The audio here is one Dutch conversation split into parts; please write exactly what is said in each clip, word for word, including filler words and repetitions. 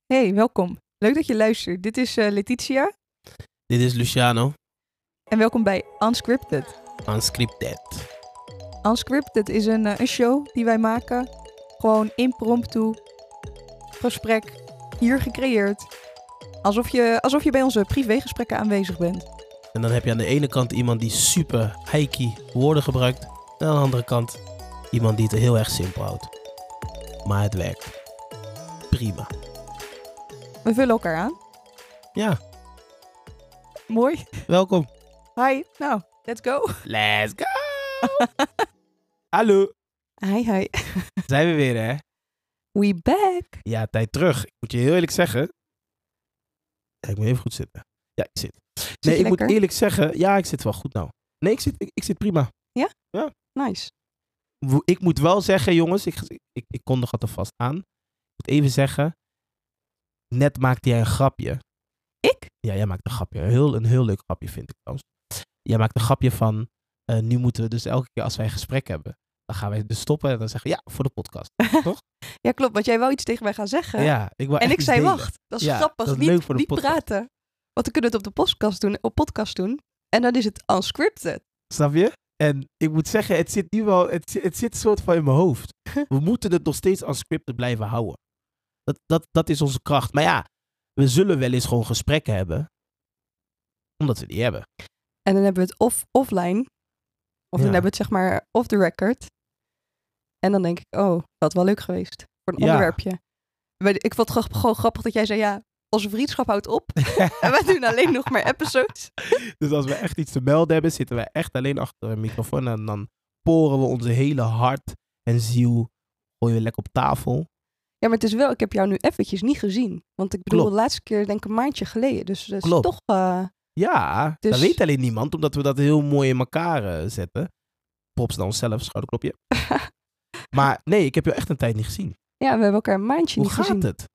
Hey, welkom. Leuk dat je luistert. Dit is uh, Letitia. Dit is Luciano. En welkom bij Unscripted. Unscripted. Unscripted is een, uh, een show die wij maken. Gewoon impromptu. Gesprek. Hier gecreëerd. Alsof je, alsof je bij onze privégesprekken aanwezig bent. En dan heb je aan de ene kant iemand die super hikey woorden gebruikt. En aan de andere kant iemand die het heel erg simpel houdt. Maar het werkt. Prima. We vullen elkaar aan. Ja. Mooi. Welkom. Hi. Nou, let's go. Let's go. Hallo. Hi, hi. Zijn we weer, hè? We back. Ja, tijd terug. Ik moet je heel eerlijk zeggen. Ja, ik moet even goed zitten. Ja, ik zit. Zit Nee, je ik lekker? moet eerlijk zeggen. Ja, ik zit wel goed nou. Nee, ik zit, ik, ik zit prima. Nice. Ik moet wel zeggen, jongens. Ik, ik, ik kondig het alvast aan. Ik moet even zeggen. Net maakte jij een grapje. Ik? Ja, jij maakt een grapje. Een heel, een heel leuk grapje, vind ik trouwens. Jij maakt een grapje van. Uh, nu moeten we dus elke keer als wij een gesprek hebben. Dan gaan wij dus stoppen en dan zeggen we ja, voor de podcast. Toch? Ja, klopt. Want jij wou iets tegen mij gaan zeggen. Ja, ik wou en echt ik iets zei, delen. wacht. Dat is Ja, grappig. dat is niet leuk voor de niet podcast. praten. Want we kunnen het op de podcast doen. Op podcast doen. En dan is het unscripted. Snap je? En ik moet zeggen, het zit nu wel, het, het zit soort van in mijn hoofd. We moeten het nog steeds unscripted blijven houden. Dat, dat, dat is onze kracht. Maar ja, we zullen wel eens gewoon gesprekken hebben. Omdat we die hebben. En dan hebben we het off, offline. Of dan Ja. hebben we het zeg maar off the record. En dan denk ik, oh, dat wel leuk geweest. Voor een Ja. onderwerpje. Maar Ik vond het gewoon, gewoon grappig dat jij zei, ja, onze vriendschap houdt op. En wij doen alleen nog maar episodes. Dus als we echt iets te melden hebben, zitten we echt alleen achter een microfoon. En dan poren we onze hele hart en ziel. Gooien we lekker op tafel. Ja, maar het is wel, ik heb jou nu eventjes niet gezien. Want ik bedoel, Klopt. de laatste keer denk ik een maandje geleden. Dus dat is Klopt. toch... Uh, Ja, Dus- dat weet alleen niemand. Omdat we dat heel mooi in elkaar uh, zetten. Props naar onszelf, schouderklopje. Maar nee, ik heb je echt een tijd niet gezien. ja, we hebben elkaar een maandje Hoe niet gaat gezien. het?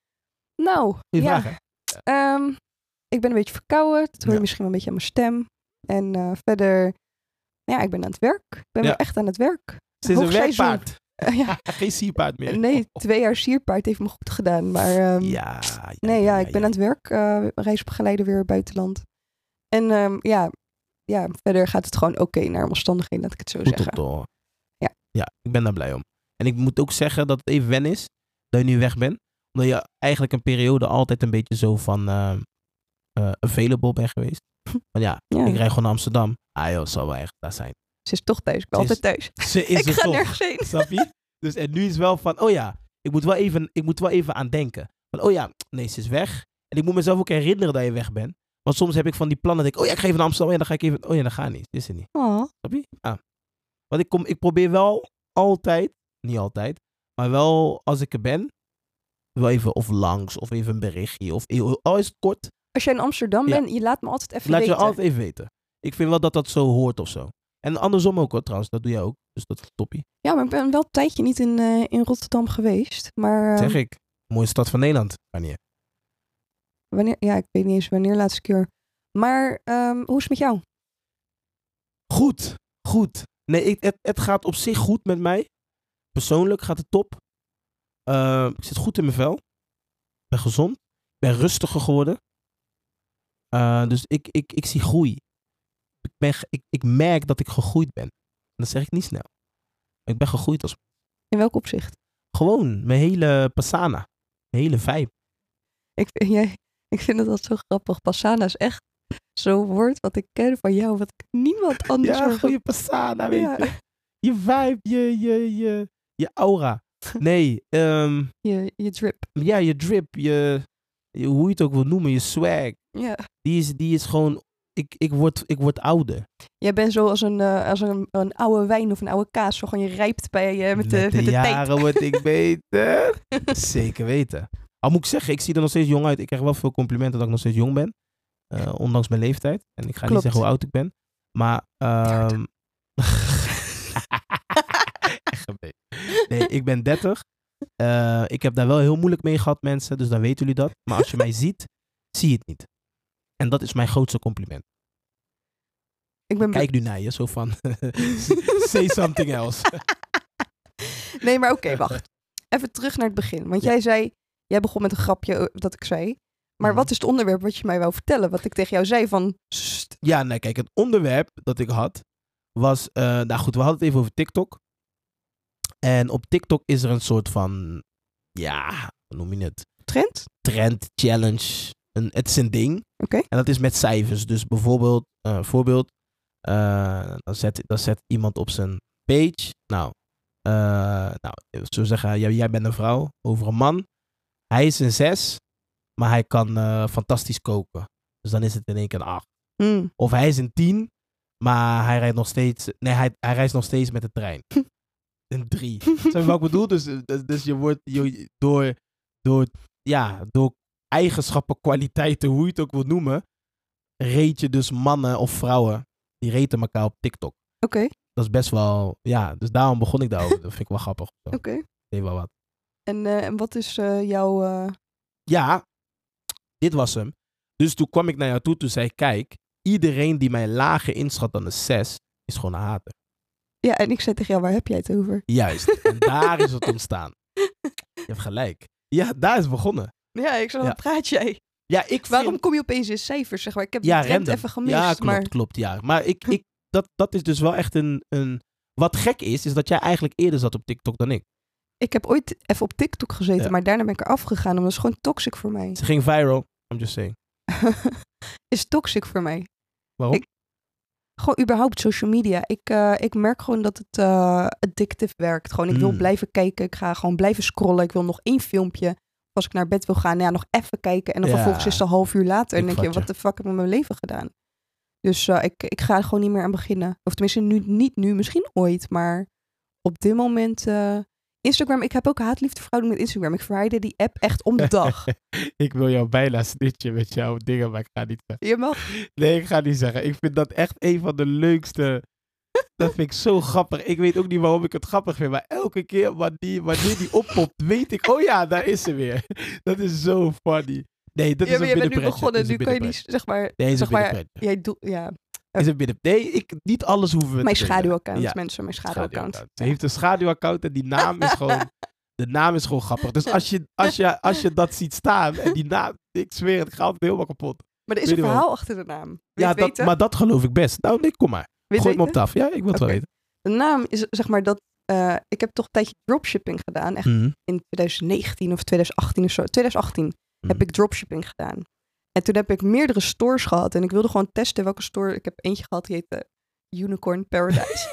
Nou, Goeie ja. vraag, hè? Ehm, ik ben een beetje verkouden. Dat hoor je Ja. misschien wel een beetje aan mijn stem. En uh, verder, ja, ik ben aan het werk. Ik ben Ja. weer echt aan het werk. Ze is een Hoogseizoen. werkpaard. Uh, ja, Geen sierpaard meer. nee, twee jaar sierpaard heeft me goed gedaan. Maar ehm, Ja, ja, nee, ja, ik ben aan het werk. Uh, reisbegeleider weer buitenland. En ehm, ja, ja, verder gaat het gewoon oké naar omstandigheden, laat ik het zo Goed zeggen. op te horen. Ja. Ja, ik ben daar blij om. En ik moet ook zeggen dat het even wennen is dat je nu weg bent. Omdat je eigenlijk een periode altijd een beetje zo van uh, uh, available bent geweest. Want ja, Ja. ik rijd gewoon naar Amsterdam. Ah joh, zal wel echt daar zijn. Ze is toch thuis. Ik ben Ze is- altijd thuis. Ze is Ik er ga toch. nergens heen. Snap je? Dus en nu is wel van, oh ja, ik moet wel even, ik moet wel even aan denken. Van, oh ja, nee, ze is weg. En ik moet mezelf ook herinneren dat je weg bent. Want soms heb ik van die plannen, denk ik, oh ja, ik ga even naar Amsterdam. En dan ga ik even, oh ja, dat gaat niet. Dit is er niet. Oh, Snap je? Ah. Want ik, kom, ik probeer wel altijd, niet altijd, maar wel als ik er ben, wel even of langs, of even een berichtje. Of al is het kort, als jij in Amsterdam Ja. bent, je laat me altijd even laat weten. je altijd even weten. Ik vind wel dat dat zo hoort of zo. En andersom ook hoor, trouwens. Dat doe jij ook. Dus dat is toppie. Ja, maar ik ben wel een tijdje niet in, uh, in Rotterdam geweest. Maar uh, Zeg ik. Mooie stad van Nederland. Wanneer? wanneer, ja, ik weet niet eens wanneer laatste keer. Maar um, hoe is het met jou? Goed. Goed. Nee, ik, het, het gaat op zich goed met mij. Persoonlijk gaat het top. Uh, ik zit goed in mijn vel. Ik ben gezond. Ik ben rustiger geworden. Uh, dus ik, ik, ik zie groei. Ik, ben, ik, ik merk dat ik gegroeid ben. En dat zeg ik niet snel. Maar ik ben gegroeid als... In welk opzicht? Gewoon, mijn hele persona. Mijn hele vibe. Ik, jij, ik vind het altijd zo grappig. Passana is echt zo'n woord wat ik ken van jou, wat ik niemand anders Ja, hoor. goede persona, weet Ja. je. Je vibe, je, je, je, je aura. Nee, um, Je, je drip. ja, je drip, je, je, hoe je het ook wil noemen, je swag. Ja. Die is, die is gewoon, ik, ik, word, ik word ouder. Jij bent zo als een, uh, als een, een oude wijn of een oude kaas. Zo gewoon je rijpt bij, uh, met, de, met de jaren tijd. word ik beter. Zeker weten. Al moet ik zeggen, ik zie er nog steeds jong uit. Ik krijg wel veel complimenten dat ik nog steeds jong ben. Uh, ondanks mijn leeftijd. En ik ga Klopt. niet zeggen hoe oud ik ben. Maar... Um... Echt een beetje. Nee, ik ben dertig. Uh, ik heb daar wel heel moeilijk mee gehad, mensen. Dus dan weten jullie dat. Maar als je mij ziet, zie je het niet. En dat is mijn grootste compliment. Ik ben Kijk nu naar je, zo van... say something else. Nee, maar oké, okay, wacht. Even terug naar het begin. Want jij zei, Jij begon met een grapje uh, dat ik zei. Maar Mhm. wat is het onderwerp wat je mij wou vertellen? Wat ik tegen jou zei van... "Sst." Ja, nee, kijk, het onderwerp dat ik had was... Uh, nou goed, we hadden het even over TikTok. En op TikTok is er een soort van... Ja, hoe noem je het? Trend? Trend, challenge. Een, het is een ding. Oké. Okay. En dat is met cijfers. Dus bijvoorbeeld, uh, voorbeeld... Uh, dan, zet, dan zet iemand op zijn page... Nou, uh, nou zo zeggen, jij, jij bent een vrouw over een man. Hij is een zes... Maar hij kan uh, fantastisch koken. Dus dan is het in één keer een acht. Mm. Of hij is een tien, maar hij rijdt nog steeds... Nee, hij, hij reist nog steeds met de trein. Een drie. Snap je wat ik bedoel? Dus, dus, dus je wordt je, door, door, ja, door eigenschappen, kwaliteiten, hoe je het ook wil noemen... reed je dus mannen of vrouwen, die reten elkaar op TikTok. Oké. Okay. Dat is best wel... Ja, dus daarom begon ik daarover. Dat vind ik wel grappig. Oké. Okay. Deed wel wat. En, uh, en wat is uh, jouw... Uh... Ja... Dit was hem. Dus toen kwam ik naar jou toe. Toen zei ik, kijk, iedereen die mij lager inschat dan een zes, is gewoon een hater. Ja, en ik zei tegen jou, waar heb jij het over? Juist. En daar is het ontstaan. Je hebt gelijk. Ja, daar is het begonnen. Ja, ik zei, ja. wat praat jij? Ja, ik Waarom vind... kom je opeens in cijfers, zeg maar? Ik heb ja, die trend random. even gemist. Ja, klopt, maar... klopt, ja. Maar ik, ik, dat, dat is dus wel echt een, een... Wat gek is, is dat jij eigenlijk eerder zat op TikTok dan ik. Ik heb ooit even op TikTok gezeten, ja. maar daarna ben ik eraf gegaan. Omdat het gewoon toxic voor mij. Ze ging viral. I'm just saying. Is toxic voor mij. Waarom? Ik, gewoon überhaupt social media. Ik, uh, ik merk gewoon dat het uh, addictive werkt. Gewoon, ik wil mm. blijven kijken. Ik ga gewoon blijven scrollen. Ik wil nog één filmpje. Als ik naar bed wil gaan, ja, nog even kijken. En dan ja. vervolgens is het een half uur later. En dan denk je, wat de fuck heb ik met mijn leven gedaan? Dus uh, ik, ik ga er gewoon niet meer aan beginnen. Of tenminste, nu, niet nu, misschien ooit. Maar op dit moment... Uh, Instagram, ik heb ook haatliefde verhouding met Instagram. Ik verwijder die app echt om de dag. Ik wil jou bijna snitchen met jouw dingen, maar ik ga niet zeggen. Je mag. Nee, ik ga niet zeggen. Ik vind dat echt een van de leukste. Dat vind ik zo grappig. Ik weet ook niet waarom ik het grappig vind, maar elke keer wanneer, wanneer die oppopt, weet ik, oh ja, daar is ze weer. Dat is zo funny. Nee, dat ja, is maar een je bent nu begonnen, nu kan je niet, zeg maar... Nee, zeg maar jij doet, ja... Is het binnen... Nee, ik, niet alles hoeven we mijn te schaduwaccount, ja. mensen, mijn schaduwaccount. Schaduwaccount. Ze heeft een schaduwaccount en die naam is gewoon... de naam is gewoon grappig. Dus als je, als je, als je dat ziet staan en die naam... Ik zweer het, ik ga altijd helemaal kapot. Maar er is weet een verhaal wel. Achter de naam. Wil ja, dat, maar dat geloof ik best. Nou, nee, kom maar. Weet Gooi me op taf. Ja, ik wil het okay. wel weten. De naam is, zeg maar, dat... Uh, ik heb toch een tijdje dropshipping gedaan. Echt mm-hmm. in twintig negentien of twintig achttien of zo. twintig achttien mm-hmm. heb ik dropshipping gedaan. En toen heb ik meerdere stores gehad. En ik wilde gewoon testen welke store... Ik heb eentje gehad, die heette Unicorn Paradise.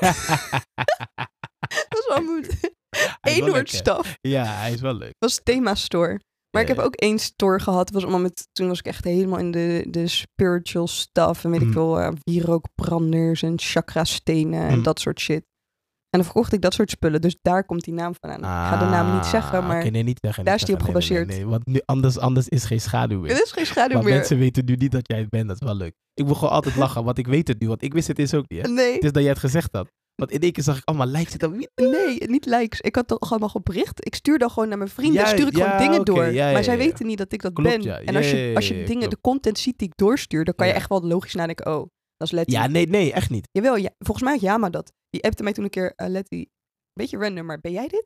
Dat is wel moeilijk. Eenhoornstaf. Ja, hij is wel leuk. Dat was thema store. Maar ja, ik heb ja. ook één store gehad. Was allemaal met, toen was ik echt helemaal in de, de spiritual stuff. En weet mm. ik veel, uh, wierookbranders en chakra-stenen mm. en dat soort shit. En dan verkocht ik dat soort spullen. Dus daar komt die naam vandaan. Ah, ik ga de naam niet zeggen, maar okay, nee, niet zeggen, daar niet is die op zeggen. gebaseerd. Nee, nee, nee, want nu, anders, anders is geen schaduw meer. Het is geen schaduw maar meer. mensen weten nu niet dat jij het bent. Dat is wel leuk. Ik wil gewoon altijd lachen, want ik weet het nu. Want ik wist het is ook niet, hè? Nee. Het is dat jij het gezegd had. Want in één keer zag ik allemaal likes. Dan... Nee, niet likes. Ik had toch allemaal bericht. Ik stuur dan gewoon naar mijn vrienden. Ja, stuur ik ja, gewoon dingen okay, door. ja, ja, maar zij ja, ja. weten niet dat ik dat Klopt, ben. ja. En als je, als je ja, ja, dingen, klopt. de content ziet die ik doorstuur, dan kan je ja. echt wel logisch nadenken. Oh, dat is Letty. Ja, nee, nee, echt niet. Jawel, ja, volgens mij had Jama dat. Die appte mij toen een keer, uh, Letty, beetje random, maar ben jij dit?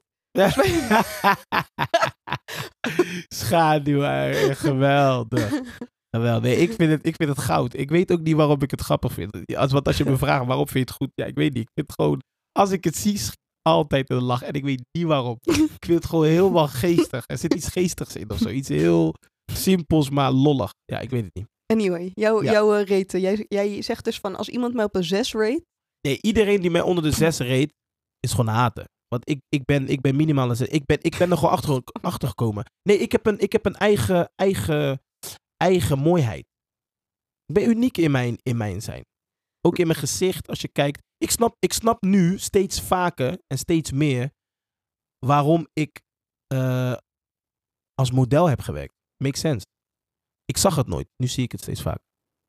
Schaduw, geweldig. Geweldig. Nee, ik vind, het, ik vind het goud. Ik weet ook niet waarom ik het grappig vind. Als, want als je me vraagt waarom vind je het goed, ja, ik weet niet. Ik vind het gewoon, als ik het zie, altijd een lach. En ik weet niet waarom. Ik vind het gewoon helemaal geestig. Er zit iets geestigs in of zo. Iets heel simpels, maar lollig. Ja, ik weet het niet. Anyway, jou, ja. jouw uh, rate. Jij, jij zegt dus van, als iemand mij op een zes rate... Nee, iedereen die mij onder de zes rate, is gewoon een hater. Want ik, ik, ben, ik ben minimaal een zes. Ik ben, ik ben er gewoon achter, achter gekomen. Nee, ik heb een, ik heb een eigen, eigen, eigen mooiheid. Ik ben uniek in mijn, in mijn zijn. Ook in mijn gezicht, als je kijkt. Ik snap, ik snap nu steeds vaker en steeds meer waarom ik uh, als model heb gewerkt. Makes sense. Ik zag het nooit. Nu zie ik het steeds vaker.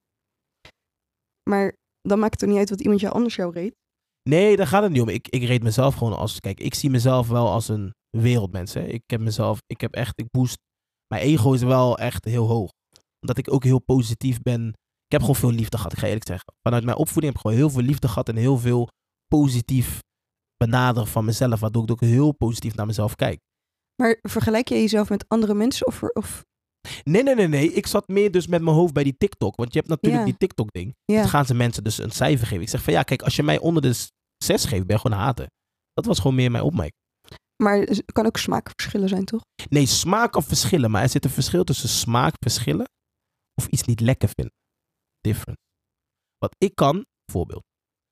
Maar dan maakt het er niet uit wat iemand jou anders jou reed? Nee, daar gaat het niet om. Ik, ik reed mezelf gewoon als... Kijk, ik zie mezelf wel als een wereldmens. Hè. Ik heb mezelf... Ik heb echt... Ik boost... Mijn ego is wel echt heel hoog. Omdat ik ook heel positief ben. Ik heb gewoon veel liefde gehad. Ik ga eerlijk zeggen. Vanuit mijn opvoeding heb ik gewoon heel veel liefde gehad. En heel veel positief benaderen van mezelf. Waardoor ik ook heel positief naar mezelf kijk. Maar vergelijk je jezelf met andere mensen? Of, of... Nee, nee, nee, nee. Ik zat meer dus met mijn hoofd bij die TikTok. Want je hebt natuurlijk Ja. die TikTok-ding. Ja. Dan gaan ze mensen dus een cijfer geven. Ik zeg van ja, kijk, als je mij onder de zes geeft, ben je gewoon een hater. Dat was gewoon meer mijn opmerking. Maar het kan ook smaakverschillen zijn, toch? Nee, smaak kan verschillen. Maar er zit een verschil tussen smaakverschillen of iets niet lekker vinden. Different. Wat ik kan, voorbeeld.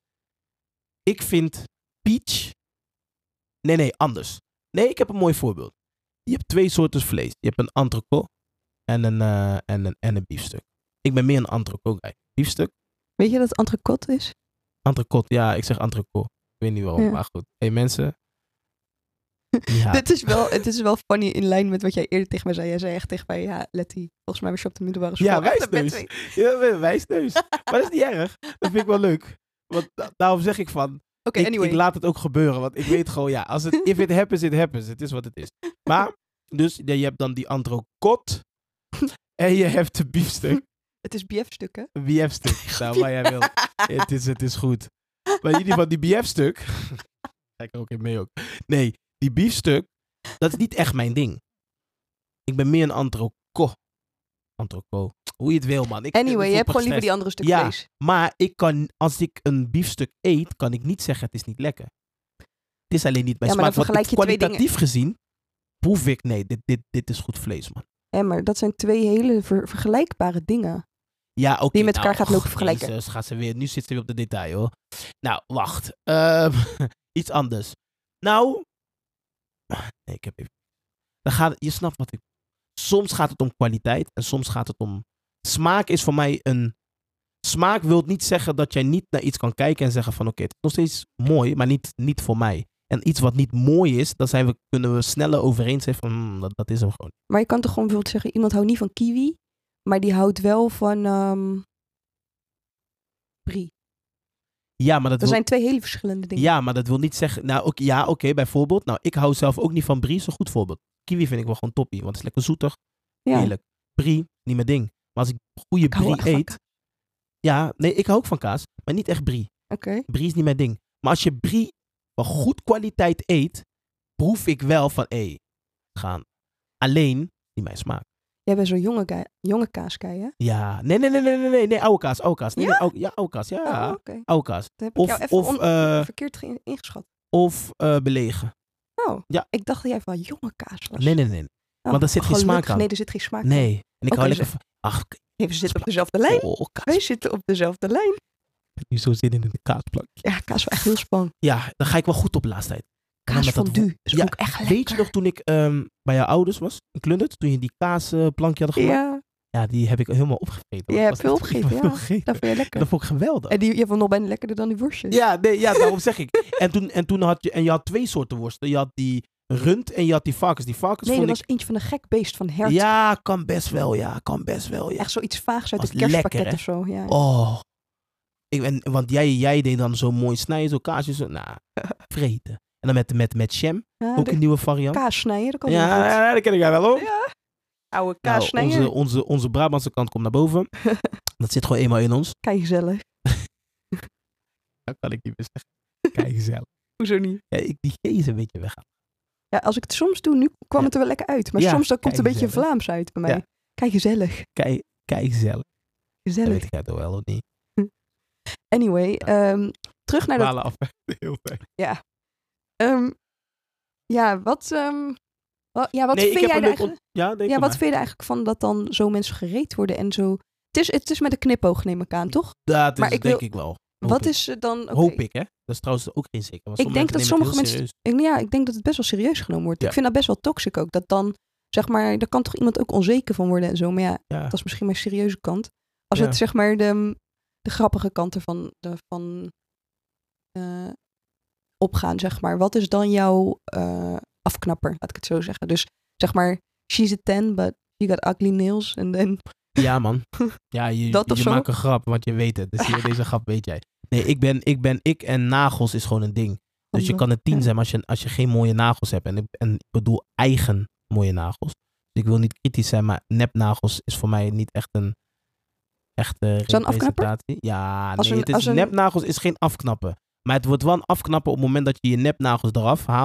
Ik vind peach... Nee, nee, anders. Nee, ik heb een mooi voorbeeld. Je hebt twee soorten vlees. Je hebt een entrecote en een, uh, en een, en een biefstuk. Ik ben meer een entrecote guy. Biefstuk. Weet je dat het entrecote is? Entrecote, ja, ik zeg entrecote. Ik weet niet waarom, Ja. maar goed. Hé hey, mensen. Ja. Dit is wel, het is wel funny in lijn met wat jij eerder tegen mij zei. Jij zei echt tegen mij, ja, Letty, volgens mij was je op de middelbare school. Ja, echt een wijsneus. bedweter. Ja, wijsneus. Maar dat is niet erg. Dat vind ik wel leuk. Want da- daarom zeg ik van, Oké, ik, anyway. ik laat het ook gebeuren. Want ik weet gewoon, ja, als het, if it happens, it happens. Het is wat het is. Maar, dus ja, je hebt dan die entrecote en je hebt de biefstuk. Het is B F-stuk, hè? Een B F-stuk. Nou, waar jij wil. Het is, het is goed. Maar in ieder geval, die B F-stuk. Ga ik er ook in mee ook. Nee, die biefstuk, dat is niet echt mijn ding. Ik ben meer een entrecote. Entrecote. Hoe je het wil, man. Ik, Anyway, je hebt gewoon liever stress. die andere stuk Ja. vlees. Maar ik kan, als ik een biefstuk eet, kan ik niet zeggen het is niet lekker. Het is alleen niet mijn Ja, maar smaak. dan Want vergelijk je twee kwalitatief gezien, proef ik, nee, dit, dit, dit is goed vlees, man. Ja, maar dat zijn twee hele ver- vergelijkbare dingen. Ja, oké. Die je met nou, elkaar gaat lopen och, vergelijken. Jezus, gaat ze weer, nu zit ze weer op de detail, hoor. Nou, wacht. Ehm, iets anders. Nou. Nee, ik heb even. Dan gaat, je snapt wat ik. Soms gaat het om kwaliteit en soms gaat het om. Smaak is voor mij een. Smaak wil niet zeggen dat jij niet naar iets kan kijken en zeggen van oké, het is nog steeds mooi, maar niet, niet voor mij. En iets wat niet mooi is, dan zijn we, kunnen we sneller overeen zijn van hmm, dat, dat is hem gewoon. Maar je kan toch gewoon bijvoorbeeld zeggen, iemand houdt niet van kiwi, maar die houdt wel van ehm brie. Ja, maar dat Dat wil, zijn twee hele verschillende dingen. ja, maar dat wil niet zeggen. Nou, ook, ja, oké, okay, bijvoorbeeld. Nou, ik hou zelf ook niet van brie, is een goed voorbeeld. Kiwi vind ik wel gewoon toppie, want het is lekker zoetig. Ja. Heerlijk. Brie, niet mijn ding. Maar als ik goede Ik hou brie echt van eet. kaas. Ja, nee, ik hou ook van kaas, maar niet echt brie. Oké. Brie is niet mijn ding. Maar als je brie van goed kwaliteit eet, proef ik wel van hé, gaan. Alleen niet mijn smaak. Jij bent zo'n jonge, guy, jonge kaaskei, hè? Ja, nee, nee, nee, nee, nee, nee, nee, oude kaas, oude kaas. Nee, Ja? nee, oude, ja, oude kaas, ja, Oh, oké. oude kaas. Dan heb ik Of, jou even of, on- eh, verkeerd ge- ingeschat. of uh, belegen. Oh, Ja. ik dacht dat jij van jonge kaas was. Nee, nee, nee. Oh, want er zit geen gelukkig. smaak aan. Nee, er zit geen smaak aan. Nee. En ik Oké, hou dus- lekker van. Ach, Nee, we zitten op dezelfde lijn. oh, kaas. Wij zitten op dezelfde lijn. Ik heb nu zo zin in de kaasplank. Ja, kaas wel echt heel spannend. Ja, daar ga ik wel goed op de laatste tijd. En dan Kaas met dat fondue. wo- Dat is Ja, ook echt lekker. weet je nog toen ik um, bij jouw ouders was, in Klundert, toen je die kaasplankje hadden gemaakt? Ja, Ja, die heb ik helemaal opgegeten. jij Dat hebt was veel echt- opgegeten, ik heb veel ja. gegeten. Dat vind je lekker. Dat vond ik geweldig. En die, je vond nog bijna lekkerder dan die worstjes. Ja, nee, ja, daarom zeg ik. En toen, en toen had je, en je had twee soorten worsten. Je had die rund en je had die varkens. Die varkens Nee, dat vond was eentje van een gek beest van ik... hert. Ja, kan best wel, ja, kan best wel, ja. Echt zoiets vaags uit Was het kerstpakket lekker, hè? of zo. Ja. Oh. Ik, en, want jij, jij deed dan zo mooi snijden, zo kaasjes. Zo, nou, vreten. En dan met, met, met jam, Ja, ook de een nieuwe variant. kaas snijden, dat kan Ja, heel goed. ja, dat ken ik jij wel, hoor. Ja. Oude Nou, kaas snijden. onze, onze, onze Brabantse kant komt naar boven. Dat zit gewoon eenmaal in ons. Kijk gezellig. Dat kan ik niet meer zeggen. Kijk gezellig. Hoezo niet? Ja, ik, die G is een beetje weg. Ja, als ik het soms doe, nu kwam Ja. het er wel lekker uit. Maar Ja, soms dan komt het een kijk beetje gezellig. Vlaams uit bij mij. Ja. Kijk gezellig. Kijk, kijk gezellig. Dat Gezellig. weet jij toch wel, of niet? Anyway, ehm, terug naar dat... Dwalen af. Heel fijn. Ja. Ehm, ja, wat... ehm, wa- ja, wat Nee, ik vind heb jij een er leuk... eigenlijk... on- Ja, denk Ja, maar. wat vind je er eigenlijk van dat dan zo mensen gereed worden en zo... Het is, het is met een knipoog, neem ik aan, toch? Dat is maar ik denk wil- ik wel. Hoop Wat ik. is er dan... oké. Hoop ik, hè? Dat is trouwens ook geen zeker. Want Ik denk dat nemen het sommige heel mensen... serieus. Ik, ja, ik denk dat het best wel serieus genomen wordt. Ja. Ik vind dat best wel toxic ook. Dat dan, zeg maar... Daar kan toch iemand ook onzeker van worden en zo. Maar ja, Ja. dat is misschien mijn serieuze kant. Als Ja. het zeg maar de, de grappige kant ervan de, van, eh, opgaan, zeg maar. Wat is dan jouw eh, afknapper, laat ik het zo zeggen. Dus zeg maar, she's a ten, but you got ugly nails. En then... Ja, man. Ja, je, Dat of je zo? maakt een grap, want je weet het. Dus hier, deze grap weet jij. Nee, ik ben, ik ben, ik en nagels is gewoon een ding. Dus je kan een tien Ja. zijn, maar als je, als je geen mooie nagels hebt. En ik, en ik bedoel eigen mooie nagels. Dus ik wil niet kritisch zijn, maar nepnagels is voor mij niet echt een echte dat een afknapper? representatie. Ja, Als nee, een- het is, als een- nepnagels is geen afknappen. Maar het wordt wel een afknappen op het moment dat je je nepnagels eraf haalt.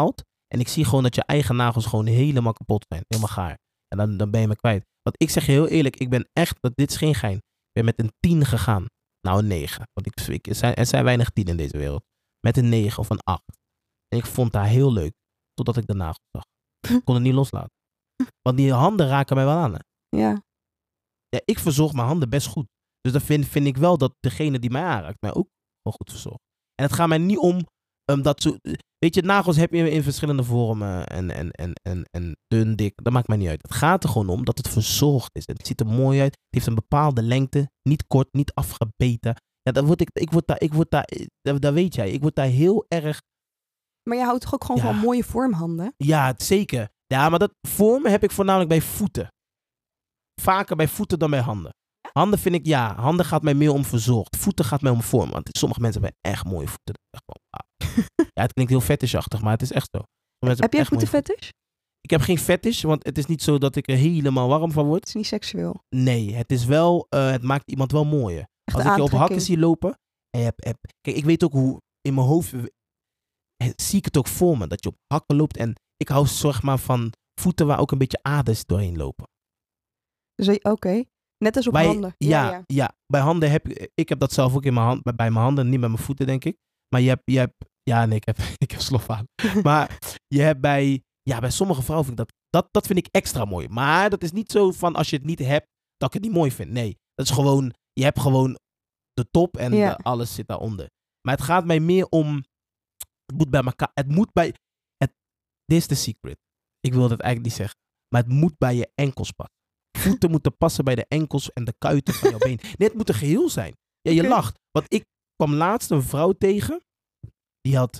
En ik zie gewoon dat je eigen nagels gewoon helemaal kapot zijn. Helemaal gaar. En dan, dan ben je me kwijt. Want ik zeg je heel eerlijk, ik ben echt, dat dit is geen gein. Ik ben met een tien gegaan. Nou, een negen. Want ik, ik, er, zijn, er zijn weinig tien in deze wereld. Met een negen of een acht. En ik vond dat heel leuk. Totdat ik de nagels zag. Ik kon het niet loslaten. Want die handen raken mij wel aan. Hè. Ja. Ja, ik verzorg mijn handen best goed. Dus dan vind, vind ik wel dat degene die mij aanraakt, mij ook wel goed verzorgt. En het gaat mij niet om um, dat zo... Weet je, nagels heb je in verschillende vormen. En, en, en, en, en dun, dik. Dat maakt mij niet uit. Het gaat er gewoon om dat het verzorgd is. Het ziet er mooi uit. Het heeft een bepaalde lengte. Niet kort, niet afgebeten. Ja, dan word ik, ik word daar, ik word daar, dat, dat weet jij. Ik word daar heel erg... Maar je houdt toch ook gewoon Ja. van mooie vormhanden? Ja, zeker. Ja, maar dat vormen heb ik voornamelijk bij voeten. Vaker bij voeten dan bij handen. Handen vind ik, ja, handen gaat mij meer om verzorgd. Voeten gaat mij om vorm. Want sommige mensen hebben echt mooie voeten. Echt wel, wow. Ja, het klinkt heel fetishachtig, maar het is echt zo. Heb jij een voetenfetish? Ik heb geen fetish, want het is niet zo dat ik er helemaal warm van word. Het is niet seksueel. Nee, het is wel, uh, het maakt iemand wel mooier. Echt Als ik je op hakken zie lopen. En je hebt, heb, kijk, ik weet ook hoe in mijn hoofd zie ik het ook voor me. Dat je op hakken loopt. En ik hou zeg maar van voeten waar ook een beetje aders doorheen lopen. Dus oké. Okay. Net als op bij, handen. Ja, ja, ja. ja, bij handen heb ik... Ik heb dat zelf ook in mijn hand, bij mijn handen. Niet bij mijn voeten, denk ik. Maar je hebt... Je hebt ja, nee, ik heb, ik heb slof aan. Maar je hebt bij... Ja, bij sommige vrouwen vind ik dat, dat... Dat vind ik extra mooi. Maar dat is niet zo van als je het niet hebt, dat ik het niet mooi vind. Nee, dat is gewoon... Je hebt gewoon de top en ja. de, alles zit daaronder. Maar het gaat mij meer om... Het moet bij elkaar... Het moet bij... Het, dit is de secret. Ik wil dat eigenlijk niet zeggen. Maar het moet bij je enkels passen. Voeten moeten passen bij de enkels en de kuiten van jouw been. Nee, het moet een geheel zijn. Ja, je okay. lacht. Want ik kwam laatst een vrouw tegen. Die had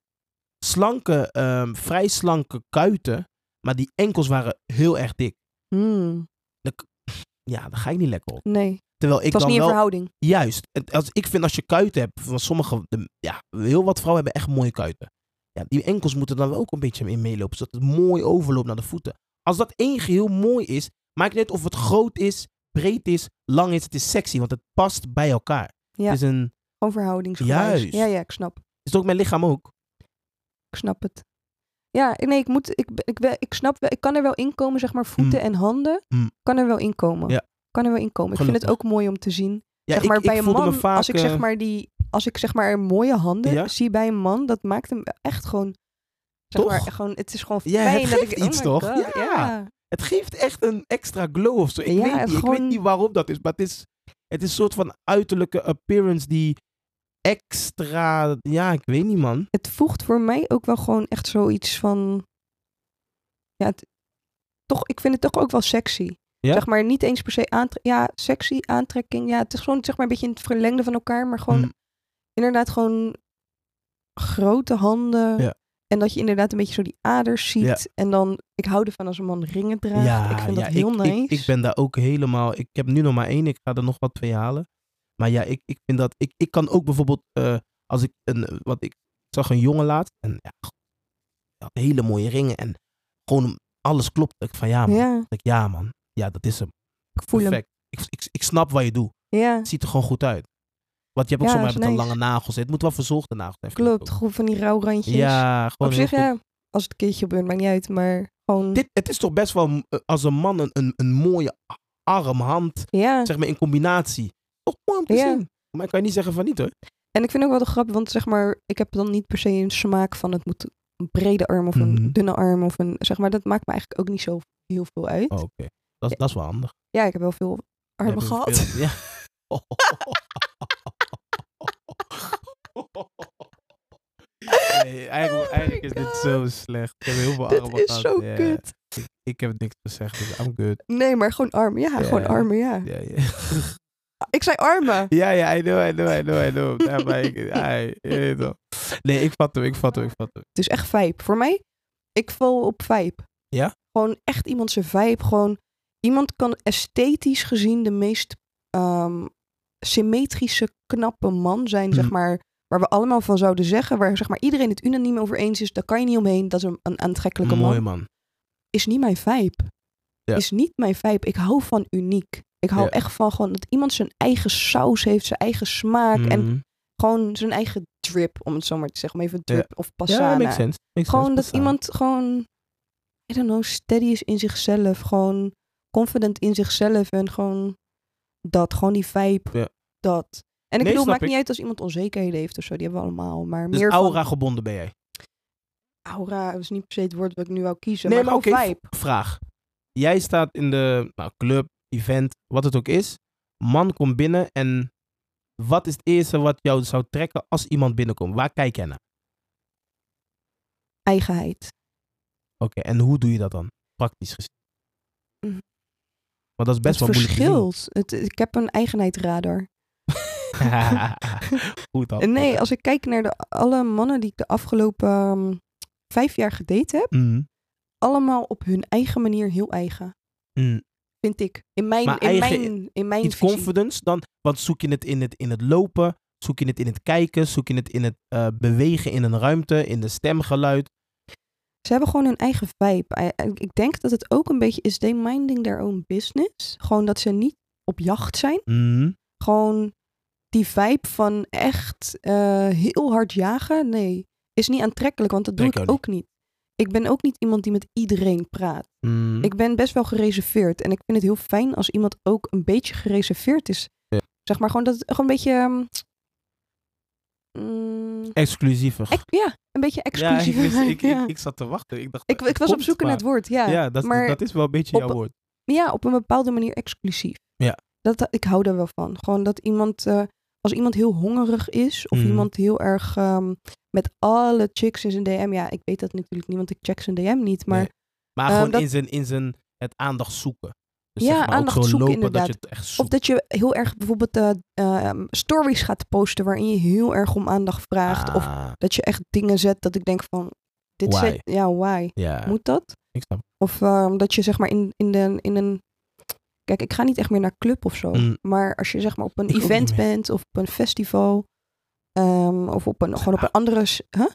slanke, um, vrij slanke kuiten. Maar die enkels waren heel erg dik. Mm. De, ja, daar ga ik niet lekker op. Nee. Terwijl ik het was dan niet wel, in verhouding. Juist. Als, ik vind als je kuiten hebt, van sommige, de, ja, heel wat vrouwen hebben echt mooie kuiten. Ja, die enkels moeten dan ook een beetje in meelopen. Zodat het mooi overloopt naar de voeten. Als dat één geheel mooi is, maakt niet of het groot is, breed is, lang is. Het is sexy, want het past bij elkaar. Ja. Het is een... Overhoudingsgewijs. Juist. Ja, ja, ik snap. Is het ook mijn lichaam ook? Ik snap het. Ja, nee, ik moet, ik, ik, ik, ik snap wel, ik kan er wel inkomen, zeg maar, voeten mm. en handen. Mm. Kan er wel inkomen. Ja. Kan er wel inkomen. Ik Gelukkig. vind het ook mooi om te zien. Ja, zeg maar, ik, bij ik een man, vaak, als ik zeg maar die, als ik zeg maar mooie handen ja? zie bij een man, dat maakt hem echt gewoon, zeg toch? maar, gewoon, het is gewoon ja, fijn het dat geeft ik, iets oh toch? God, ja. ja. Het geeft echt een extra glow of zo. Ik, ja, weet, niet, gewoon... ik weet niet waarom dat is, maar het is, het is een soort van uiterlijke appearance die extra, ja, ik weet niet, man. Het voegt voor mij ook wel gewoon echt zoiets van, ja, het, toch, ik vind het toch ook wel sexy. Ja? Zeg maar niet eens per se aantrekking, ja, sexy, aantrekking, ja, het is gewoon zeg maar een beetje in het verlengde van elkaar, maar gewoon mm. inderdaad gewoon grote handen. Ja. En dat je inderdaad een beetje zo die aders ziet. Ja. En dan, ik hou ervan als een man ringen draagt. Ja, ik vind ja, dat heel ik, nice. Ik, ik ben daar ook helemaal... Ik heb nu nog maar één. Ik ga er nog wat twee halen. Maar ja, ik, ik vind dat... Ik, ik kan ook bijvoorbeeld... Uh, als ik een... Wat ik zag een jongen laatst. En ja, had hele mooie ringen. En gewoon alles klopt. Ik van ja man. Ja, ik, ja, man. Ja, dat is hem. Ik voel Perfect. hem. Ik, ik, ik snap wat je doet. Ja. Het ziet er gewoon goed uit. Want je hebt ook ja, zomaar met nice. een lange nagels. Het moet wel verzorgde nagels zijn. Klopt, goed van die rouwrandjes. Ja, gewoon op zich, ja. Als het een keertje gebeurt, maakt niet uit. Maar gewoon... Dit, het is toch best wel als een man een, een, een mooie arm, hand, ja. zeg maar in combinatie. Toch mooi om te ja. zien. Maar ik kan je niet zeggen van niet hoor. En ik vind ook wel de grap, want zeg maar, ik heb dan niet per se een smaak van het moet een brede arm of een mm-hmm. dunne arm of een, zeg maar, dat maakt me eigenlijk ook niet zo heel veel uit. Oh, oké. Okay. Dat, dat is wel handig. Ja, ik heb wel veel armen gehad. Veel, ja. Nee, eigenlijk, eigenlijk is dit zo slecht. Ik heb heel veel dit armen is gehad. zo yeah. kut. Ik, ik heb niks gezegd, dus I'm good. Nee, maar gewoon armen. Ja, yeah. gewoon armen, ja. Yeah, yeah. Ik zei armen. Ja, ja, I know, I know, I know, I know. Ja, maar ik, I, I nee, ik vat hem, ik vat hem, ik vat hem. Het is echt vibe. Voor mij, ik val op vibe. Ja? Gewoon echt iemand zijn vibe. Gewoon, iemand kan esthetisch gezien de meest um, symmetrische, knappe man zijn, mm. zeg maar, waar we allemaal van zouden zeggen, waar zeg maar iedereen het unaniem over eens is, daar kan je niet omheen, dat is een, een aantrekkelijke man. Mooi man. Is niet mijn vibe. Ja. Is niet mijn vibe. Ik hou van uniek. Ik hou ja. echt van gewoon dat iemand zijn eigen saus heeft, zijn eigen smaak mm-hmm. en gewoon zijn eigen drip, om het zo maar te zeggen. Om even drip Ja. of Ja, passana. makes sense. Makes Gewoon sense. dat Passana. iemand gewoon, I don't know, steady is in zichzelf. Gewoon confident in zichzelf. En gewoon dat, gewoon die vibe. Ja. Dat. En ik Nee, bedoel, snap maakt ik. niet uit als iemand onzekerheden heeft of zo. Die hebben we allemaal. Maar Dus meer aura van, gebonden ben jij. aura is niet per se het woord wat ik nu wou kiezen. Nee, maar maar gewoon oké, vibe. v- vraag. Jij staat in de nou, club, event, wat het ook is. Man komt binnen en wat is het eerste wat jou zou trekken als iemand binnenkomt? Waar kijk jij naar? Eigenheid. Oké, en hoe doe je dat dan? Praktisch gezien. Mm. Want dat is best Het wel moeilijk te zien. verschilt. Het, ik heb een eigenheidsradar. Goed dan. En nee, als ik kijk naar de, alle mannen die ik de afgelopen um, vijf jaar gedate heb, Mhm. allemaal op hun eigen manier heel eigen. Mm. Vind ik. In mijn, Maar in eigen- mijn, in mijn Iets visie. confidence dan? Want zoek je het in het, in het lopen? Zoek je het in het kijken? Zoek je het in het uh, bewegen in een ruimte? In de stemgeluid? Ze hebben gewoon hun eigen vibe. I- Ik denk dat het ook een beetje is they minding their own business. Gewoon dat ze niet op jacht zijn. Mhm. Gewoon die vibe van echt uh, heel hard jagen. Nee, is niet aantrekkelijk, want dat doe Trek ik jou ook niet. Ik ben ook niet iemand die met iedereen praat. Mhm. Ik ben best wel gereserveerd. En ik vind het heel fijn als iemand ook een beetje gereserveerd is. Ja. Zeg maar gewoon dat het gewoon een beetje... um, mm, Exclusiever. ex- ja, een beetje Ja, ik, exclusief. wist- ik, ja. ik, ik zat te wachten. Ik, dacht, Ik, het ik was op komt zoek naar maar. het woord, ja. Ja, dat, maar dat is wel een beetje op- jouw woord. ja, op een bepaalde manier exclusief. Ja. Dat, ik hou daar wel van. Gewoon dat iemand, uh, als iemand heel hongerig is, of Mhm. iemand heel erg um, met alle chicks in zijn D M. Ja, ik weet dat natuurlijk niet, want ik check zijn D M niet. Maar Nee. Maar um, gewoon dat- in, zijn, in zijn het aandacht zoeken. Dus Ja, zeg maar aandacht ook zo zoeken, lopen inderdaad. dat je het echt Of zoekt. dat je heel erg bijvoorbeeld uh, uh, stories gaat posten waarin je heel erg om aandacht vraagt. Of Ah, dat je echt dingen zet dat ik denk van, dit Why? zet, ja, why? ja, Moet dat? ik snap. Of um, dat je zeg maar in, in, de, in een... Kijk, ik ga niet echt meer naar club of zo. Mm. Maar als je zeg maar op een Ik ook event niet meer. bent of op een festival. Um, of op een, gewoon op een andere... s- Huh?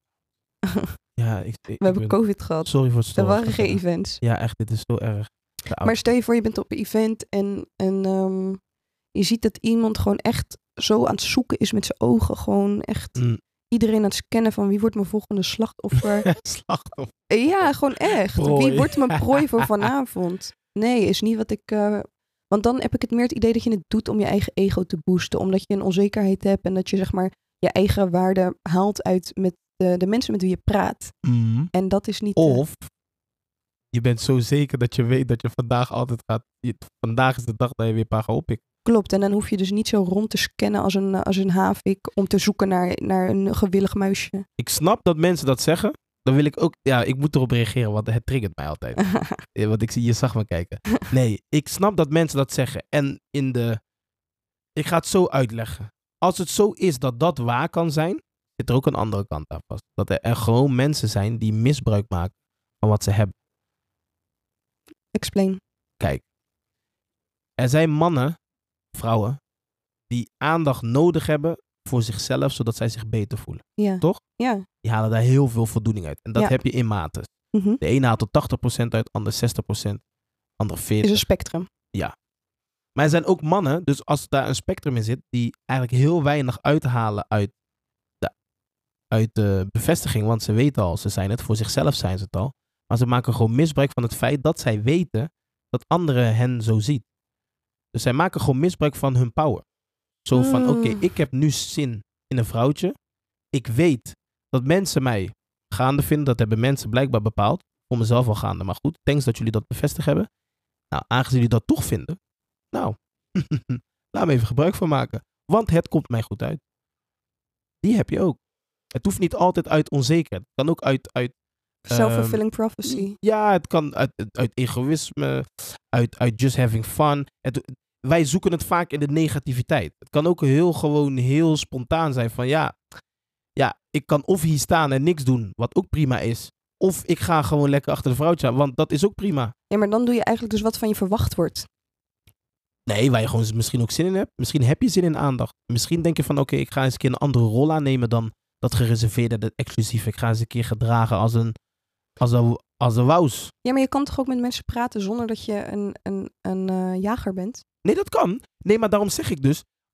Ja, ik, ik, We ik hebben ben- covid gehad. Sorry voor het Er storen. waren geen events. Ja, echt, dit is zo erg. Te oud. Maar stel je voor, je bent op een event en, en um, je ziet dat iemand gewoon echt zo aan het zoeken is met zijn ogen. Gewoon echt Mm. iedereen aan het scannen van wie wordt mijn volgende slachtoffer. Slachtoffer. Ja, gewoon echt. Prooi. Wie wordt mijn prooi voor vanavond? Nee, is niet wat ik... Uh, want dan heb ik het meer het idee dat je het doet om je eigen ego te boosten. Omdat je een onzekerheid hebt en dat je zeg maar je eigen waarde haalt uit met de, de mensen met wie je praat. Mm. En dat is niet... uh, Of je bent zo zeker dat je weet dat je vandaag altijd gaat. Je, vandaag is de dag dat je weer een paar gaat oppikken. Klopt, en dan hoef je dus niet zo rond te scannen als een, als een havik om te zoeken naar, naar een gewillig muisje. Ik snap dat mensen dat zeggen. Dan wil ik ook, ja, ik moet erop reageren, want het triggert mij altijd. Ja, want ik zie, je zag me kijken. Nee, ik snap dat mensen dat zeggen. En in de, ik ga het zo uitleggen. Als het zo is dat dat waar kan zijn, zit er ook een andere kant aan vast. Dat er, er gewoon mensen zijn die misbruik maken van wat ze hebben. Explain. Kijk, er zijn mannen, vrouwen, die aandacht nodig hebben voor zichzelf, zodat zij zich beter voelen. Ja. Toch? Ja. Die halen daar heel veel voldoening uit. En dat Ja. heb je in maten. Mhm. De ene haalt tot tachtig procent uit, de ander zestig procent, de ander veertig Is procent. een spectrum. Maar er zijn ook mannen, dus als daar een spectrum in zit, die eigenlijk heel weinig uithalen uit de, uit de bevestiging. Want ze weten al, ze zijn het. Voor zichzelf zijn ze het al. Maar ze maken gewoon misbruik van het feit dat zij weten dat anderen hen zo zien. Dus zij maken gewoon misbruik van hun power. Zo van, Mm. oké, okay, ik heb nu zin in een vrouwtje. Ik weet dat mensen mij gaande vinden. Dat hebben mensen blijkbaar bepaald. Voor mezelf al gaande. Maar goed, thanks dat jullie dat bevestigd hebben. Nou, aangezien jullie dat toch vinden. Nou, laat me even gebruik van maken. Want het komt mij goed uit. Die heb je ook. Het hoeft niet altijd uit onzekerheid. Het kan ook uit... uit Self-fulfilling prophecy. Ja, het kan uit, uit egoïsme. Uit, uit just having fun. Het, wij zoeken het vaak in de negativiteit. Het kan ook heel gewoon heel spontaan zijn van ja... Ja, ik kan of hier staan en niks doen, wat ook prima is. Of ik ga gewoon lekker achter de vrouwtje aan, want dat is ook prima. Ja, maar dan doe je eigenlijk dus wat van je verwacht wordt. Nee, waar je gewoon misschien ook zin in hebt. Misschien heb je zin in aandacht. Misschien denk je van, oké, okay, ik ga eens een keer een andere rol aannemen dan dat gereserveerde, dat exclusieve. Ik ga eens een keer gedragen als een, als een, als een wous. Ja, maar je kan toch ook met mensen praten zonder dat je een, een, een uh, jager bent? Nee, dat kan. Nee, maar daarom zeg ik dus,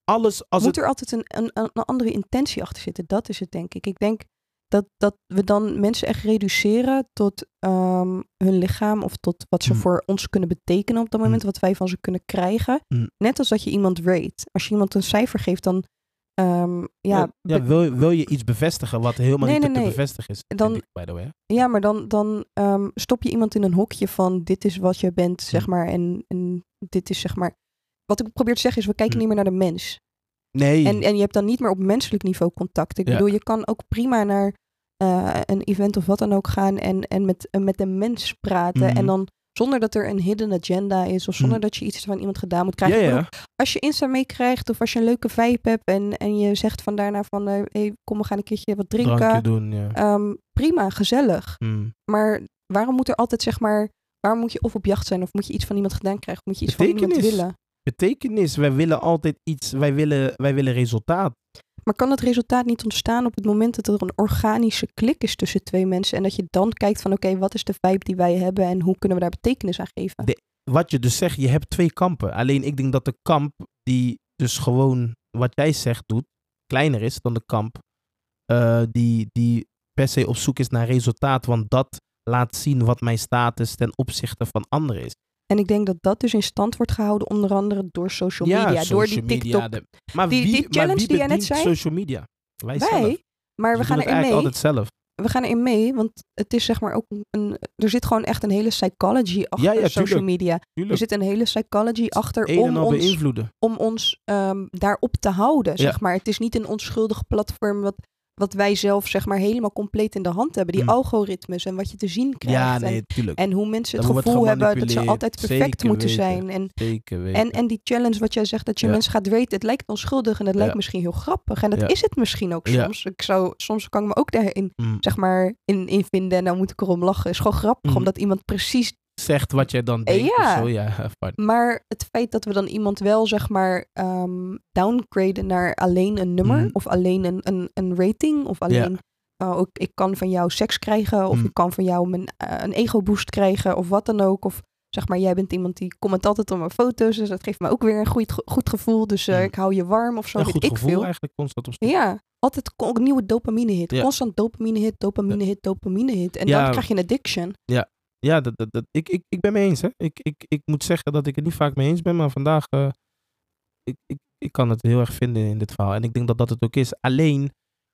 alles als Moet het... er altijd een, een, een andere intentie achter zitten? Dat is het, denk ik. Ik denk dat, dat we dan mensen echt reduceren tot um, hun lichaam of tot wat ze Mm. voor ons kunnen betekenen op dat moment, Mm. wat wij van ze kunnen krijgen. Mm. Net als dat je iemand rate. Als je iemand een cijfer geeft, dan um, ja... Ja, ja, be- wil, wil je iets bevestigen wat helemaal Nee, niet nee, te nee. bevestigen is? Dan- vind ik, by the way. Ja, maar dan, dan um, stop je iemand in een hokje van dit is wat je bent, zeg Mm. maar. En, en dit is zeg maar... Wat ik probeer te zeggen is, we kijken Mm. niet meer naar de mens. Nee. En, en je hebt dan niet meer op menselijk niveau contact. Ik Ja. bedoel, je kan ook prima naar uh, een event of wat dan ook gaan en, en met, uh, met een mens praten. Mhm. En dan zonder dat er een hidden agenda is of zonder Mm. dat je iets van iemand gedaan moet krijgen. Ja, Ik ja. bedoel, als je Insta meekrijgt of als je een leuke vibe hebt en, en je zegt van daarna van uh, hey, kom we gaan een keertje wat drinken. Drankje doen, ja. Um, prima, gezellig. Mm. Maar waarom moet er altijd zeg maar, waarom moet je of op jacht zijn of moet je iets van iemand gedaan krijgen of moet je iets van iemand Betekenis. willen? Betekenis. Wij willen altijd iets. Wij willen, wij willen resultaat. Maar kan het resultaat niet ontstaan op het moment dat er een organische klik is tussen twee mensen en dat je dan kijkt van oké, okay, wat is de vibe die wij hebben en hoe kunnen we daar betekenis aan geven? De, wat je dus zegt, je hebt twee kampen. Alleen ik denk dat de kamp die dus gewoon wat jij zegt doet, kleiner is dan de kamp uh, die, die per se op zoek is naar resultaat. Want dat laat zien wat mijn status ten opzichte van anderen is. En ik denk dat dat dus in stand wordt gehouden onder andere door social Ja, media, social door die media, TikTok. de, maar Die- wie, die challenge maar wie die jij net bedient zei? social media? Wij, Wij, zelf. maar we Dus gaan doen het erin mee. eigenlijk altijd zelf. We gaan erin mee, want het is zeg maar ook een, er zit gewoon echt een hele psychology achter Ja, ja, social tuurlijk. media. Er Tuurlijk. zit een hele psychology achter Een om en al ons, beïnvloeden. om ons um, daarop te houden, Ja. zeg maar. Het is niet een onschuldig platform wat, wat wij zelf zeg maar helemaal compleet in de hand hebben. Die Mm. algoritmes en wat je te zien krijgt. Ja, en, nee, tuurlijk. en hoe mensen het Dan wordt gevoel hebben dat ze gemanipuleerd. altijd perfect Zeker moeten weten. zijn. En, Zeker weten. en, en die challenge wat jij zegt, dat je Ja. mensen gaat raten, het lijkt onschuldig en het Ja. lijkt misschien heel grappig. En dat Ja. is het misschien ook Ja. soms. Ik zou, soms kan ik me ook daarin Mm. zeg maar in, in vinden en dan moet ik erom lachen. Is gewoon grappig, Mm. omdat iemand precies... Zegt wat jij dan denkt. Ja. Of zo, ja. Fun. Maar het feit dat we dan iemand wel zeg maar um, downgraden naar alleen een nummer Mm. of alleen een, een, een rating of alleen... Uh, ik, ik kan van jou seks krijgen of Mm. ik kan van jou mijn, uh, een ego boost krijgen of wat dan ook. Of zeg maar, jij bent iemand die comment altijd op mijn foto's, dus dat geeft me ook weer een goed, goed gevoel. Dus uh, Mm. ik hou je warm of zo, Een weet goed ik gevoel veel. eigenlijk constant op stuk. Ja, altijd ko- een nieuwe dopamine hit. Ja. Constant dopamine hit, dopamine hit, dopamine hit. En Ja. dan krijg je een addiction. Ja, dat, dat, dat, ik, ik, ik ben mee eens. Hè. Ik, ik, ik moet zeggen dat ik het niet vaak mee eens ben, maar vandaag uh, ik, ik, ik kan het heel erg vinden in dit verhaal. En ik denk dat dat het ook is. Alleen,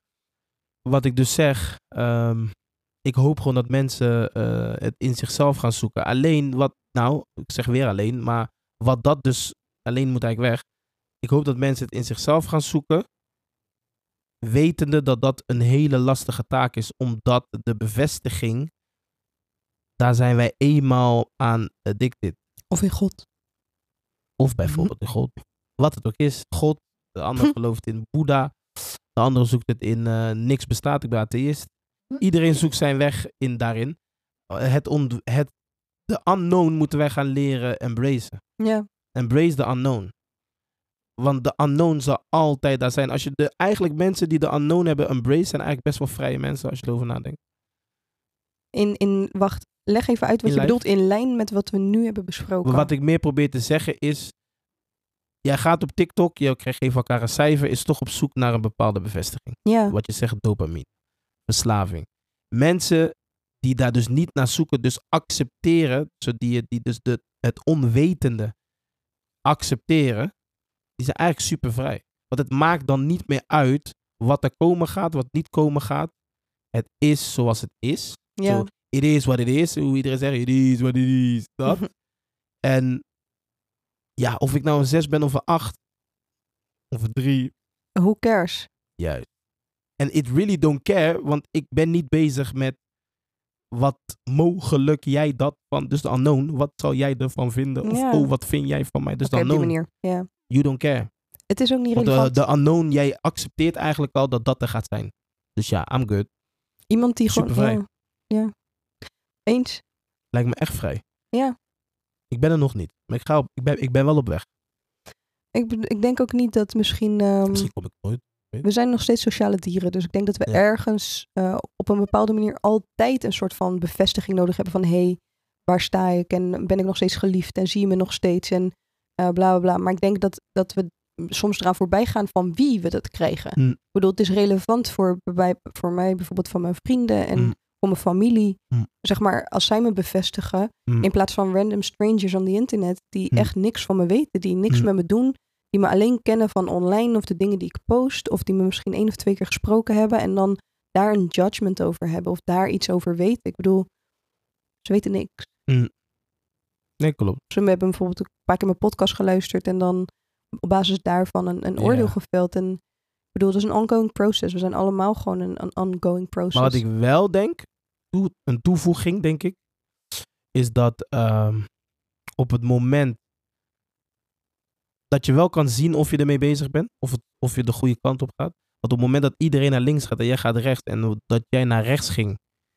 wat ik dus zeg, um, ik hoop gewoon dat mensen uh, het in zichzelf gaan zoeken. Alleen wat, nou, ik zeg weer alleen, maar wat dat dus, alleen moet eigenlijk weg. Ik hoop dat mensen het in zichzelf gaan zoeken, wetende dat dat een hele lastige taak is, omdat de bevestiging, daar zijn wij eenmaal aan addicted. Of in God. Of bijvoorbeeld in God. Wat het ook is, God. De ander gelooft in Boeddha. De andere zoekt het in uh, niks bestaat, ik ben atheïst. Iedereen zoekt zijn weg in daarin. Het, on, het de unknown moeten wij gaan leren embracen. Ja. Embrace the unknown. Want de unknown zal altijd daar zijn. Als je de, eigenlijk mensen die de unknown hebben embraced, zijn eigenlijk best wel vrije mensen als je erover nadenkt. In, in, wacht, leg even uit wat In je lijf. bedoelt in lijn met wat we nu hebben besproken. Wat ik meer probeer te zeggen is, jij gaat op TikTok, je geeft elkaar een cijfer, is toch op zoek naar een bepaalde bevestiging. Ja. Wat je zegt, dopamine. Verslaving. Mensen die daar dus niet naar zoeken, dus accepteren, zodat die, die dus de, het onwetende accepteren, die zijn eigenlijk super vrij. Want het maakt dan niet meer uit wat er komen gaat, wat niet komen gaat. Het is zoals het is. Ja. So, it is what it is. Hoe iedereen zegt, it is what it is. Dat. En ja, of ik nou een zes ben of een acht, of een drie. Who cares? Juist. En it really don't care, want ik ben niet bezig met wat mogelijk jij dat van, dus de unknown, wat zal jij ervan vinden? Of Ja. oh, wat vind jij van mij? Dus Oké, de op die unknown. manier. Ja. You don't care. Het is ook niet Want de, relevant. de unknown, jij accepteert eigenlijk al dat dat er gaat zijn. Dus ja, I'm good. Iemand die gewoon... Supervrij. Ja. ja. Eens. Lijkt me echt vrij. Ja. Ik ben er nog niet. Maar ik, ga op, ik, ben, ik ben wel op weg. Ik, be- ik denk ook niet dat misschien... Um, Misschien kom ik nooit. we zijn nog steeds sociale dieren. Dus ik denk dat we Ja. ergens uh, op een bepaalde manier altijd een soort van bevestiging nodig hebben van... Hé, hey, waar sta ik? En ben ik nog steeds geliefd? En zie je me nog steeds? En uh, bla bla bla. Maar ik denk dat, dat we soms eraan voorbij gaan van wie we dat krijgen. Mm. Ik bedoel, het is relevant voor, bij, voor mij bijvoorbeeld van mijn vrienden en Mm. voor mijn familie. Mm. Zeg maar, als zij me bevestigen, Mm. in plaats van random strangers on the internet, die Mm. echt niks van me weten, die niks Mm. met me doen, die me alleen kennen van online of de dingen die ik post, of die me misschien één of twee keer gesproken hebben en dan daar een judgment over hebben of daar iets over weten. Ik bedoel, ze weten niks. Mm. Nee, klopt. Ze hebben bijvoorbeeld een paar keer mijn podcast geluisterd en dan op basis daarvan een, een Ja. oordeel geveld. En ik bedoel, dat is een ongoing process. We zijn allemaal gewoon een, een ongoing process. Maar wat ik wel denk, toe- een toevoeging denk ik, is dat um, op het moment dat je wel kan zien of je ermee bezig bent, of, het, of je de goede kant op gaat. Want op het moment dat iedereen naar links gaat en jij gaat rechts en dat jij naar rechts ging,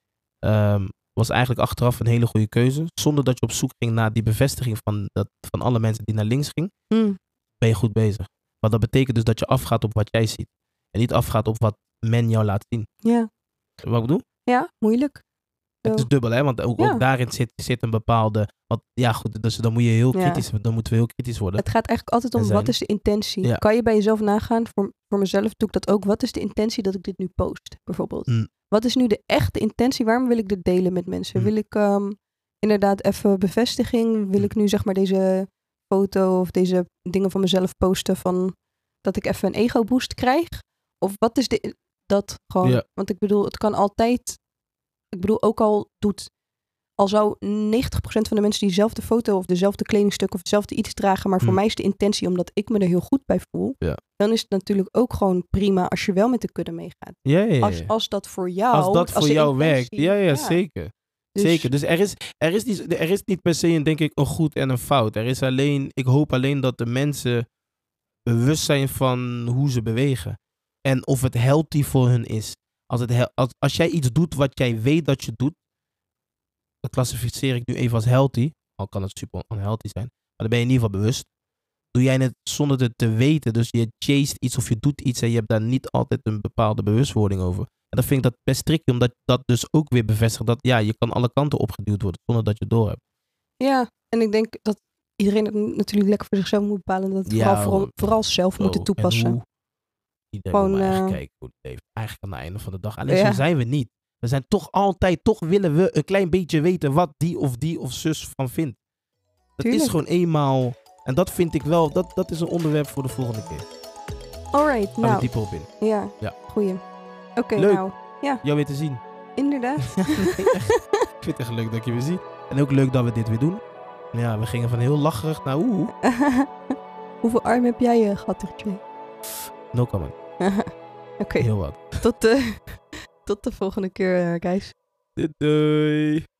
um, was eigenlijk achteraf een hele goede keuze. Zonder dat je op zoek ging naar die bevestiging van, dat, van alle mensen die naar links gingen, Mm. ben je goed bezig. Want dat betekent dus dat je afgaat op wat jij ziet. En niet afgaat op wat men jou laat zien. Ja. Wat ik bedoel? Ja, moeilijk. Het Zo. is dubbel, hè? Want ook, Ja. ook daarin zit, zit een bepaalde... Want ja, goed, dus dan moet je heel Ja. kritisch... Dan moeten we heel kritisch worden. Het gaat eigenlijk altijd om Er zijn- wat is de intentie. Ja. Kan je bij jezelf nagaan, voor, voor mezelf doe ik dat ook. Wat is de intentie dat ik dit nu post, bijvoorbeeld? Mm. Wat is nu de echte intentie? Waarom wil ik dit delen met mensen? Mm. Wil ik um, inderdaad even bevestiging? Wil ik nu zeg maar deze foto of deze dingen van mezelf posten van dat ik even een ego boost krijg? Of wat is de, dat gewoon? Ja. Want ik bedoel, het kan altijd... Ik bedoel, ook al doet... Al zou negentig procent van de mensen diezelfde foto of dezelfde kledingstuk of hetzelfde iets dragen, maar voor Mm. mij is de intentie omdat ik me er heel goed bij voel, Ja. dan is het natuurlijk ook gewoon prima als je wel met de kudde meegaat. Ja, ja, ja. Als, als dat voor jou... Als dat voor de jou intentie- werkt. Ja, ja, zeker. Dus- Zeker. Dus er is, er, is niet, er is niet per se een, denk ik, een goed en een fout. Er is alleen... Ik hoop alleen dat de mensen bewust zijn van hoe ze bewegen. En of het healthy voor hun is. Als, het, hel- als, als jij iets doet wat jij weet dat je doet, dat klassificeer ik nu even als healthy. Al kan het super unhealthy zijn. Maar dan ben je in ieder geval bewust. Doe jij het zonder het te weten. Dus je chased iets of je doet iets en je hebt daar niet altijd een bepaalde bewustwording over. En dan vind ik dat best tricky, omdat dat dus ook weer bevestigt dat ja, je kan alle kanten opgeduwd worden zonder dat je het door hebt. Ja, en ik denk dat iedereen het natuurlijk lekker voor zichzelf moet bepalen. En dat het Ja, vooral, vooral, hoor. vooral zelf moeten Zo, toepassen. En hoe iedereen Gewoon, moet maar echt eh, kijken hoe het leeft. Eigenlijk aan het einde van de dag. Alleen Ja. zo zijn we niet. We zijn toch altijd, toch willen we een klein beetje weten wat die of die of zus van vindt. Dat Tuurlijk. is gewoon eenmaal, en dat vind ik wel, dat, dat is een onderwerp voor de volgende keer. Alright, Gaan we nou, dieper op in. ja, Ja. goeie. Oké, Leuk. nou, Jou weer te zien. inderdaad. Nee, echt. Ik vind het echt leuk dat je weer ziet. En ook leuk dat we dit weer doen. Ja, we gingen van heel lacherig naar oeh. Hoeveel arm heb jij uh, gehad, Jay? No comment. Oké, Heel wat. tot, de tot de volgende keer, uh, guys. Doei doei.